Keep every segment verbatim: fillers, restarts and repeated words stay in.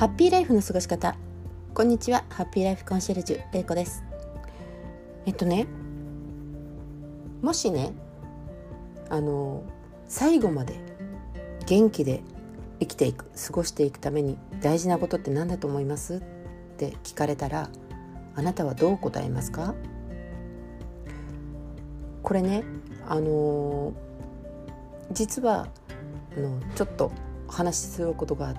ハッピーライフの過ごし方。こんにちは、ハッピーライフコンシェルジュれいこです。えっとねもしねあの最後まで元気で生きていく過ごしていくために大事なことって何だと思いますって聞かれたら、あなたはどう答えますか？これねあの実はあのちょっとお話しすることがあって、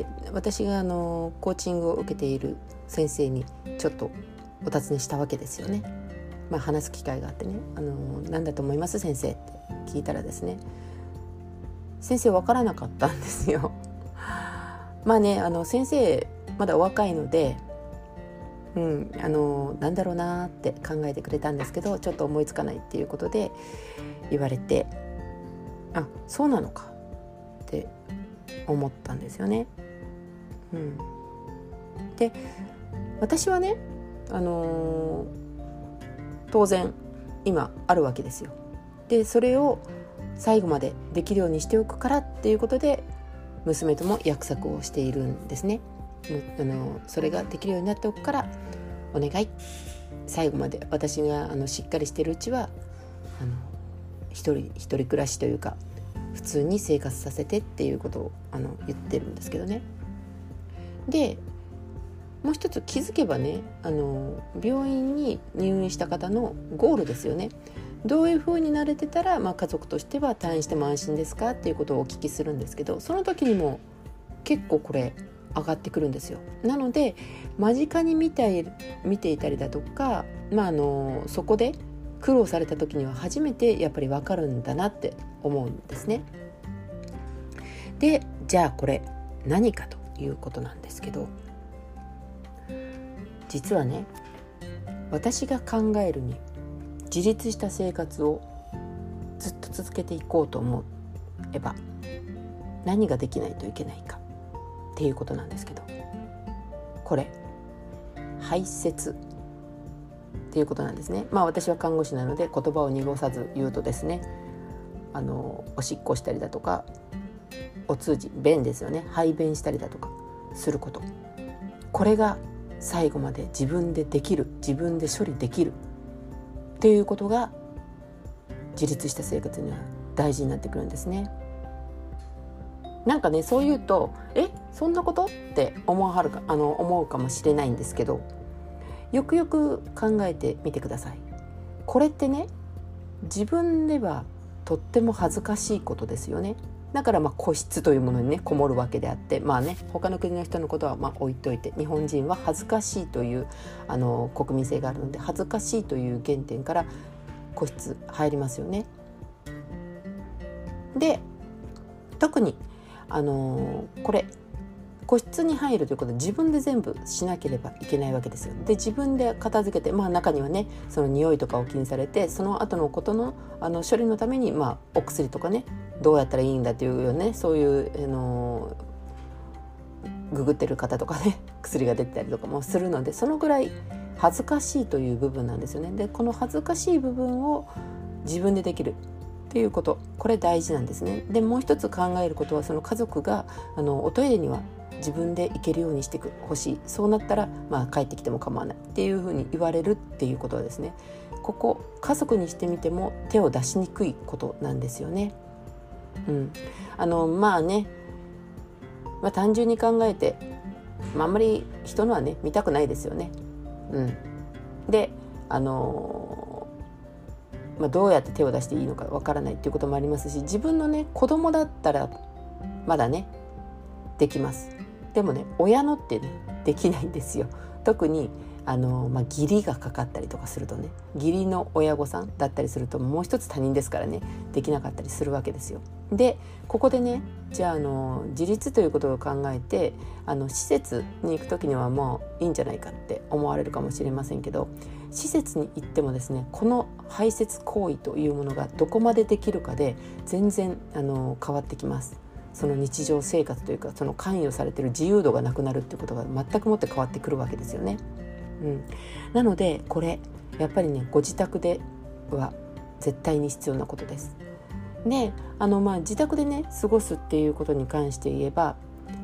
私があのコーチングを受けている先生にちょっとお尋ねしたわけですよね。まあ、話す機会があってね、あの何だと思います先生って聞いたらですね、先生分からなかったんですよ。まあねあの先生まだお若いので、うん、あのなんだろうなって考えてくれたんですけど、ちょっと思いつかないっていうことで言われて、あ、そうなのかって思ったんですよね。うん、で私はね、あのー、当然今あるわけですよ。でそれを最後までできるようにしておくからっていうことで娘とも約束をしているんですね。あのそれができるようになっておくからお願い、最後まで私があのしっかりしているうちはあの一人一人暮らしというか普通に生活させてっていうことをあの言ってるんですけどね。でもう一つ気づけばね、あの病院に入院した方のゴールですよね。どういう風になれてたら、まあ、家族としては退院しても安心ですかっていうことをお聞きするんですけど、その時にも結構これ上がってくるんですよ。なので間近に見て見ていたりだとか、まあ、あのそこで苦労された時には初めてやっぱり分かるんだなって思うんですね。でじゃあこれ何かということなんですけど、実はね私が考えるに自立した生活をずっと続けていこうと思えば何ができないといけないかっていうことなんですけど、これ排泄っていうことなんですね。まあ私は看護師なので言葉を濁さず言うとですね、あのおしっこしたりだとかお通じ便ですよね、排便したりだとかすること、これが最後まで自分でできる、自分で処理できるっていうことが自立した生活には大事になってくるんですね。なんかねそう言うとえそんなことって思わはるかあの思うかもしれないんですけど、よくよく考えてみてください。これってね自分ではとっても恥ずかしいことですよね。だからまあ個室というものにねこもるわけであって、まあね他の国の人のことはまあ置いといて、日本人は恥ずかしいというあの国民性があるので、恥ずかしいという原点から個室入りますよね。で特にあのこれ個室に入るということは自分で全部しなければいけないわけですよ。で自分で片付けて、まあ中にはねその匂いとかを気にされて、その後のことのあの処理のために、まあお薬とかねどうやったらいいんだというよね、そういうあのググってる方とかね薬が出てたりとかもするので、そのぐらい恥ずかしいという部分なんですよね。でこの恥ずかしい部分を自分でできるっていうこと、これ大事なんですね。でもう一つ考えることは、その家族があのおトイレには自分で行けるようにしてほしい、そうなったら、まあ、帰ってきても構わないっていうふうに言われるっていうことはですね、ここ家族にしてみても手を出しにくいことなんですよね。うん、あのまあね、まあ、単純に考えて、まあ、あんまり人のはね見たくないですよね。うん、であのまあ、どうやって手を出していいのかわからないっていうこともありますし、自分のね子供だったらまだねできます。でもね親のってねできないんですよ。特にあの、まあ、義理がかかったりとかするとね、義理の親御さんだったりするともう一つ他人ですからね、できなかったりするわけですよ。でここでねじゃあ、あの自立ということを考えて、あの施設に行く時にはもういいんじゃないかって思われるかもしれませんけど、施設に行ってもですね、この排泄行為というものがどこまでできるかで全然あの変わってきます。その日常生活というか、その関与されている自由度がなくなるっていうことが全くもって変わってくるわけですよね。うん、なのでこれやっぱりねご自宅では絶対に必要なことです。であの、まあ、自宅でね過ごすっていうことに関して言えば、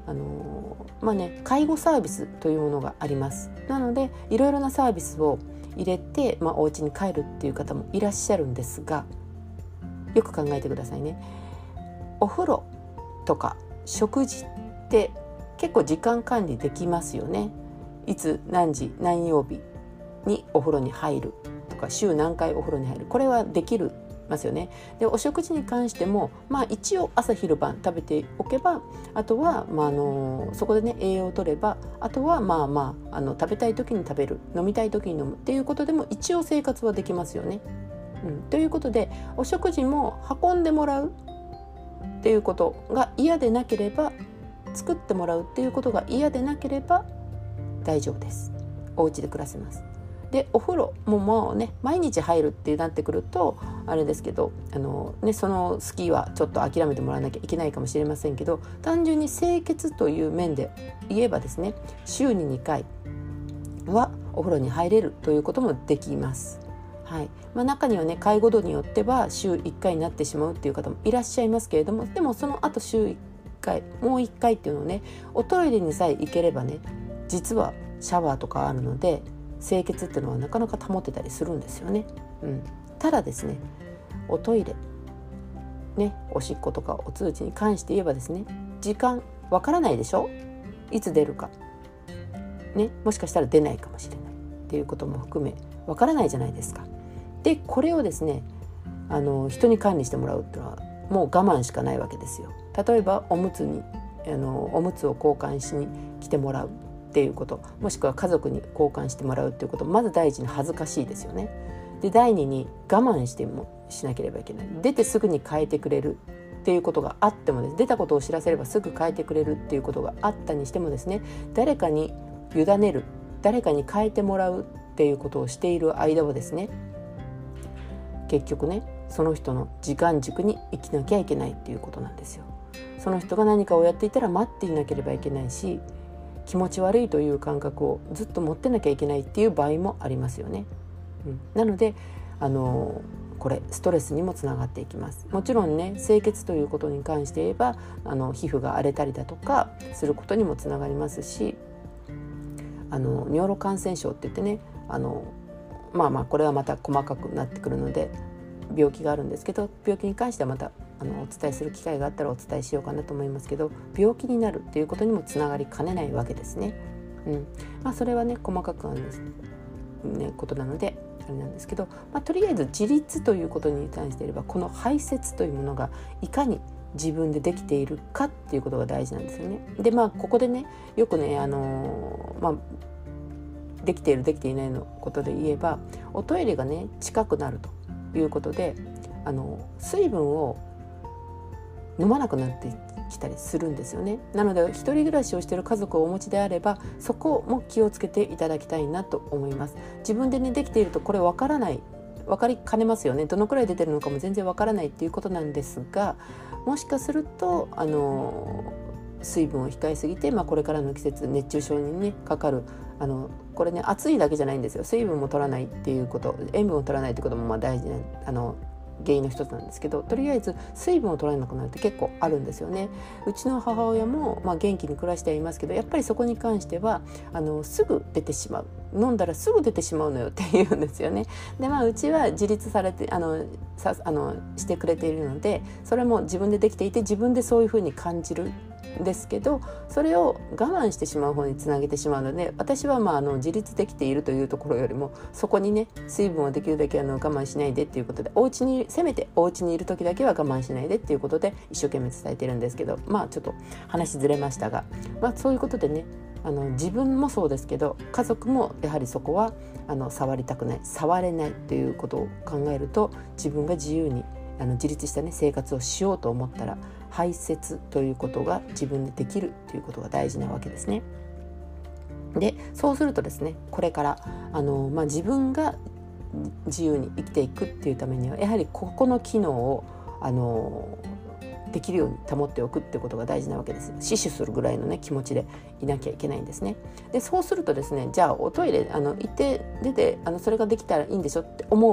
あのまあね介護サービスというものがあります。なのでいろいろなサービスを入れて、まあ、お家に帰るっていう方もいらっしゃるんですが、よく考えてくださいね。お風呂とか食事って結構時間管理できますよね。いつ何時何曜日にお風呂に入るとか、週何回お風呂に入る、これはできるますよね。でお食事に関しても、まあ、一応朝昼晩食べておけば、あとは、まあ、あのそこでね栄養を取れば、あとはまあまあ、あの食べたい時に食べる、飲みたい時に飲むっていうことでも一応生活はできますよね。うん、ということでお食事も運んでもらうっていうことが嫌でなければ、作ってもらうっていうことが嫌でなければ大丈夫です。お家で暮らせます。でお風呂ももうね毎日入るってなってくるとあれですけど、あの、ね、そのスキーはちょっと諦めてもらわなきゃいけないかもしれませんけど、単純に清潔という面で言えばですね、週ににかいはお風呂に入れるということもできます。はいまあ、中にはね介護度によっては週いっかいになってしまうっていう方もいらっしゃいますけれども、でもその後週いっかいもういっかいっていうのをね、おトイレにさえ行ければね、実はシャワーとかあるので清潔っていうのはなかなか保てたりするんですよね。うん、ただですね、おトイレね、おしっことかお通知に関して言えばですね、時間わからないでしょ、いつ出るかね、もしかしたら出ないかもしれないっていうことも含めわからないじゃないですか。でこれをですね、あの人に管理してもらうっていうのはもう我慢しかないわけですよ。例えばおむつにあのおむつを交換しに来てもらうっていうこと、もしくは家族に交換してもらうっていうこと、まず第一に恥ずかしいですよね。で第二に我慢してもしなければいけない。出てすぐに変えてくれるっていうことがあってもです、出たことを知らせればすぐ変えてくれるっていうことがあったにしてもですね、誰かに委ねる、誰かに変えてもらうっていうことをしている間はですね、結局ねその人の時間軸に生きなきゃいけないっていうことなんですよ。その人が何かをやっていたら待っていなければいけないし、気持ち悪いという感覚をずっと持ってなきゃいけないっていう場合もありますよね。うん、なのであのこれストレスにもつながっていきます。もちろんね清潔ということに関して言えば、あの皮膚が荒れたりだとかすることにもつながりますし、あの尿路感染症って言ってね、あのまあまあこれはまた細かくなってくるので病気があるんですけど、病気に関してはまたあのお伝えする機会があったらお伝えしようかなと思いますけど、病気になるっていうことにもつながりかねないわけですね。うんまあ、それはね細かくあるんです、ね、ことなのであれなんですけど、まあ、とりあえず自立ということに関して言えば、この排泄というものがいかに自分でできているかっていうことが大事なんですよね。でまあここでねよくねあのー、まあできているできていないのことで言えば、おトイレがね近くなるということで、あの水分を飲まなくなってきたりするんですよね。なので一人暮らしをしている家族をお持ちであれば、そこも気をつけていただきたいなと思います。自分でねできているとこれわからない、分かりかねますよね。どのくらい出てるのかも全然わからないっていうことなんですが、もしかするとあの水分を控えすぎて、まあ、これからの季節熱中症にねかかる、あのこれね暑いだけじゃないんですよ。水分も取らないっていうこと、塩分を取らないってこともまあ大事なあの原因の一つなんですけど、とりあえず水分を取らなくなるって結構あるんですよね。うちの母親も、まあ、元気に暮らしてはいますけど、やっぱりそこに関してはあのすぐ出てしまう、飲んだらすぐ出てしまうのよって言うんですよね。でまあうちは自立されてあのさあのしてくれているので、それも自分でできていて自分でそういうふうに感じるんですけど、それを我慢してしまう方につなげてしまうので、私はまああの自立できているというところよりも、そこにね水分をできるだけあの我慢しないでっていうことで、お家にせめてお家にいる時だけは我慢しないでっていうことで一生懸命伝えてるんですけど、まあちょっと話ずれましたが、まあそういうことでね、あの自分もそうですけど家族もやはりそこはあの触りたくない、触れないということを考えると、自分が自由にあの自立した、ね、生活をしようと思ったら排泄ということが自分でできるということが大事なわけですね。でそうするとですね、これからあの、まあ、自分が自由に生きていくっていうためには、やはりここの機能をあのできるように保っておくってことが大事なわけです。死守するぐらいの、ね、気持ちでいなきゃいけないんですね。でそうするとですね、じゃあおトイレあの行って出てあのそれができたらいいんでしょって思う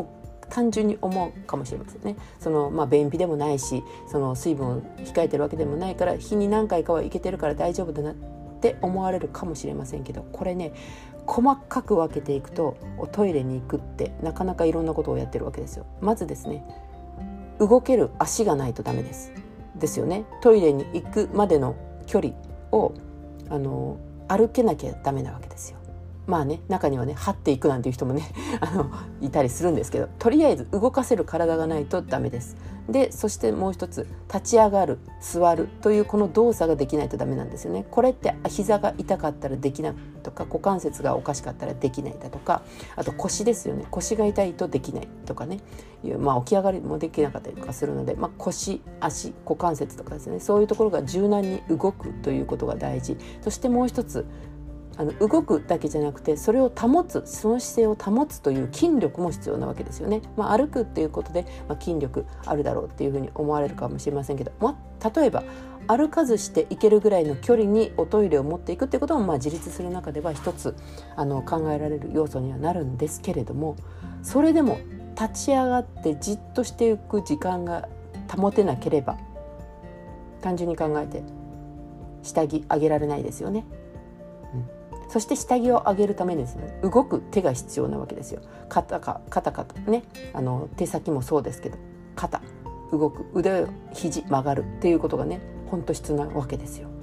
単純に思うかもしれませんね。その、まあ、便秘でもないし、その水分を控えてるわけでもないから、日に何回かはいけてるから大丈夫だなって思われるかもしれませんけど、これね、細かく分けていくと、おトイレに行くってなかなかいろんなことをやってるわけですよ。まずですね、動ける足がないとダメですですよね。トイレに行くまでの距離をあの歩けなきゃダメなわけですよ。まあね、中にはね、張っていくなんていう人もねあのいたりするんですけど、とりあえず動かせる体がないとダメです。で、そしてもう一つ、立ち上がる、座るというこの動作ができないとダメなんですよね。これって膝が痛かったらできないとか、股関節がおかしかったらできないだとか、あと腰ですよね。腰が痛いとできないとかね、まあ、起き上がりもできなかったりとかするので、まあ、腰、足、股関節とかですね、そういうところが柔軟に動くということが大事。そしてもう一つ、あの動くだけじゃなくて、それを保つ、その姿勢を保つという筋力も必要なわけですよね。まあ、歩くっていうことで、まあ、筋力あるだろうっていうふうに思われるかもしれませんけど、まあ、例えば歩かずしていけるぐらいの距離におトイレを持っていくっていうことも、まあ自立する中では一つあの考えられる要素にはなるんですけれども、それでも立ち上がってじっとしていく時間が保てなければ、単純に考えて下着上げられないですよね。そして下着を上げるためにですね、動く手が必要なわけですよ。肩か肩かとね、あの手先もそうですけど、肩動く、腕肘曲がるっていうことがね、本当必要なわけですよ。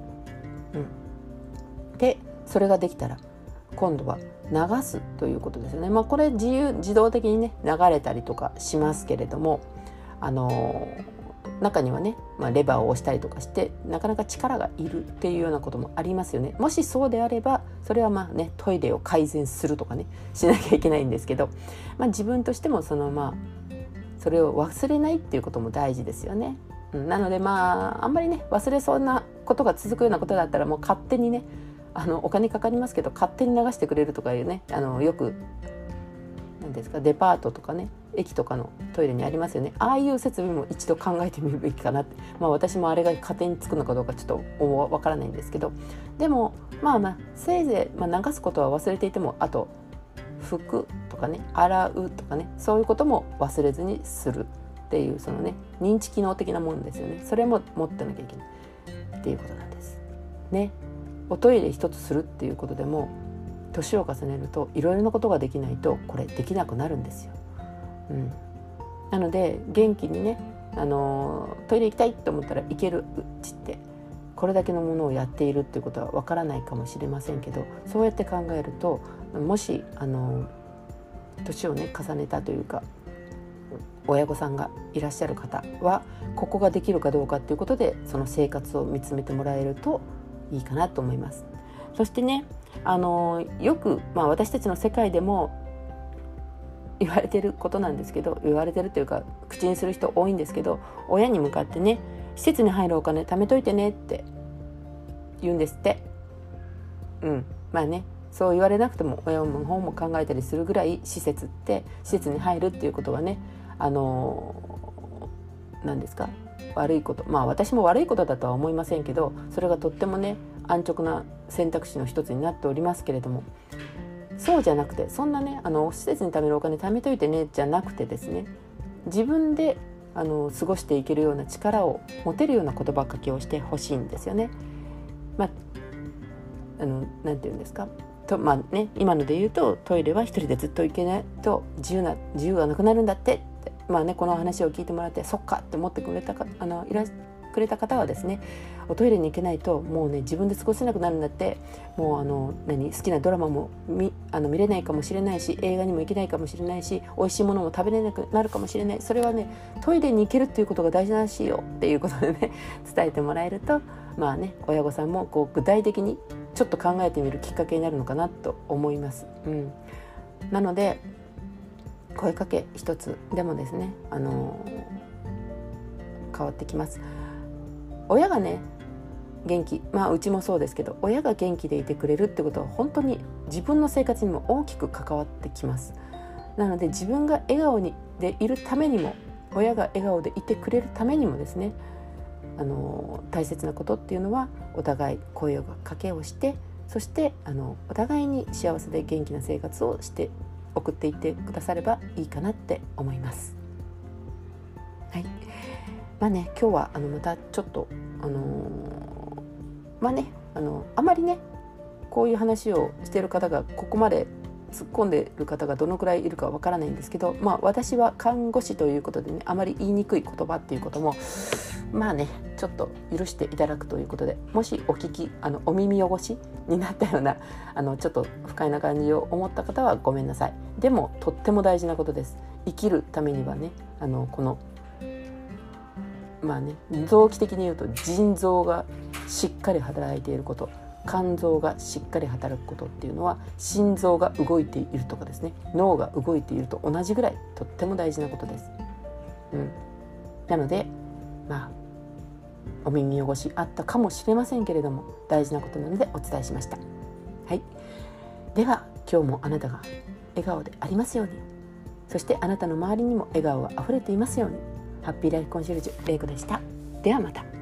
うん、でそれができたら今度は流すということですよね。まあこれ自由自動的にね流れたりとかしますけれども、あのー中にはね、まあ、レバーを押したりとかしてなかなか力がいるっていうようなこともありますよね。もしそうであれば、それはまあね、トイレを改善するとかねしなきゃいけないんですけど、まあ、自分としてもそのまあそれを忘れないっていうことも大事ですよね。うん、なのでまああんまりね忘れそうなことが続くようなことだったら、もう勝手にね、あのお金かかりますけど勝手に流してくれるとかいうね、あのよくなんですか、デパートとかね、駅とかのトイレにありますよね。ああいう設備も一度考えてみるべきかなって、まあ、私もあれが家庭につくのかどうかちょっとわからないんですけど、でもまあまあせいぜい、まあ、流すことは忘れていても、あと拭くとかね、洗うとかね、そういうことも忘れずにするっていう、そのね、認知機能的なものですよね。それも持ってなきゃいけないっていうことなんですね。おトイレ一つするっていうことでも、年を重ねるといろいろなことができないとこれできなくなるんですよ。うん、なので元気にね、あのトイレ行きたいと思ったら行けるうちって、これだけのものをやっているっていうことはわからないかもしれませんけど、そうやって考えると、もしあの年をね重ねたというか親御さんがいらっしゃる方は、ここができるかどうかっていうことで、その生活を見つめてもらえるといいかなと思います。そしてね、あのよく、まあ、私たちの世界でも言われてることなんですけど、言われてるというか口にする人多いんですけど、親に向かってね、施設に入るお金貯めといてねって言うんですって。うん、まあね、そう言われなくても親の方も考えたりするぐらい、施設って施設に入るっていうことはね、あの何ですか、悪いこと、まあ私も悪いことだとは思いませんけど、それがとってもね安直な選択肢の一つになっておりますけれども、そうじゃなくて、そんなね、あの施設に貯めるお金貯めといてねじゃなくてですね、自分であの過ごしていけるような力を持てるような言葉かけをしてほしいんですよね。まああのなんていうんですかと、まあね、今ので言うと、トイレは一人でずっと行けないと自由な自由がなくなるんだってって、まあね、この話を聞いてもらって、そっかって思ってくれたか、あのいらくれた方はですね、おトイレに行けないともうね自分で過ごせなくなるんだって、もうあの何好きなドラマも 見, あの見れないかもしれないし、映画にも行けないかもしれないし、美味しいものも食べれなくなるかもしれない。それはね、トイレに行けるっていうことが大事らしいよっていうことでね伝えてもらえると、まあね、親御さんもこう具体的にちょっと考えてみるきっかけになるのかなと思います。うん、なので声かけ一つでもですね、あの変わってきます。親がね元気、まあうちもそうですけど、親が元気でいてくれるってことは本当に自分の生活にも大きく関わってきます。なので自分が笑顔にでいるためにも、親が笑顔でいてくれるためにもですね、あの大切なことっていうのは、お互い声をかけをして、そしてあのお互いに幸せで元気な生活をして送っていってくださればいいかなって思います。はい、まあね今日はあのまたちょっとあのー、まあねあのあまりねこういう話をしている方がここまで突っ込んでいる方がどのくらいいるかわからないんですけど、まあ私は看護師ということでねあまり言いにくい言葉っていうこともまあねちょっと許していただくということで、もしお聞きあのお耳汚しになったようなあのちょっと不快な感じを思った方はごめんなさい。でもとっても大事なことです。生きるためにはねあのこのまあね臓器的に言うと腎臓がしっかり働いていること、肝臓がしっかり働くことっていうのは心臓が動いているとかですね、脳が動いていると同じぐらいとっても大事なことです。うん、なのでまあお耳汚しあったかもしれませんけれども大事なことなのでお伝えしました。はい、では今日もあなたが笑顔でありますように、そしてあなたの周りにも笑顔があふれていますように。ハッピーライフコンシェルジュれいこでした。ではまた。